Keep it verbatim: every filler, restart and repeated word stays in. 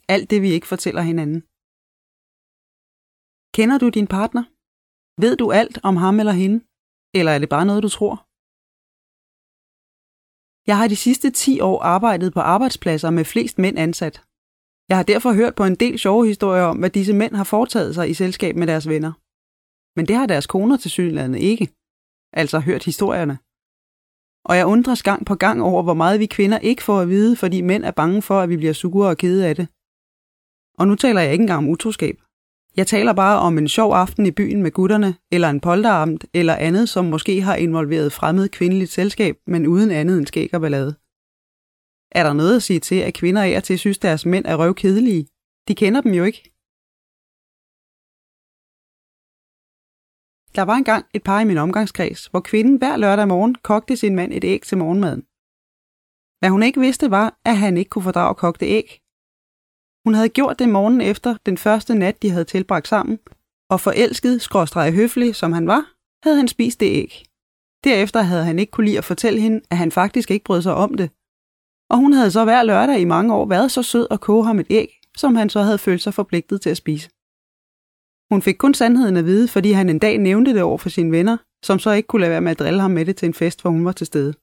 Alt det, vi ikke fortæller hinanden. Kender du din partner? Ved du alt om ham eller hende? Eller er det bare noget, du tror? Jeg har de sidste ti år arbejdet på arbejdspladser med flest mænd ansat. Jeg har derfor hørt på en del sjove historier om, hvad disse mænd har foretaget sig i selskab med deres venner. Men det har deres koner tilsyneladende ikke. Altså hørt historierne. Og jeg undres gang på gang over, hvor meget vi kvinder ikke får at vide, fordi mænd er bange for, at vi bliver sure og kede af det. Og nu taler jeg ikke engang om utroskab. Jeg taler bare om en sjov aften i byen med gutterne, eller en polterabend, eller andet, som måske har involveret fremmed kvindeligt selskab, men uden andet end skæg og ballade. Er der noget at sige til, at kvinder af og til synes, deres mænd er røvkedelige? De kender dem jo ikke. Der var engang et par i min omgangskreds, hvor kvinden hver lørdag morgen kogte sin mand et æg til morgenmaden. Hvad hun ikke vidste var, at han ikke kunne fordrage kogte æg. Hun havde gjort det morgenen efter den første nat, de havde tilbragt sammen, og forelsket, skråstreg høflig, som han var, havde han spist det æg. Derefter havde han ikke kunne lide at fortælle hende, at han faktisk ikke brød sig om det. Og hun havde så hver lørdag i mange år været så sød at koge ham et æg, som han så havde følt sig forpligtet til at spise. Hun fik kun sandheden at vide, fordi han en dag nævnte det over for sine venner, som så ikke kunne lade være med at drille ham med det til en fest, hvor hun var til stede.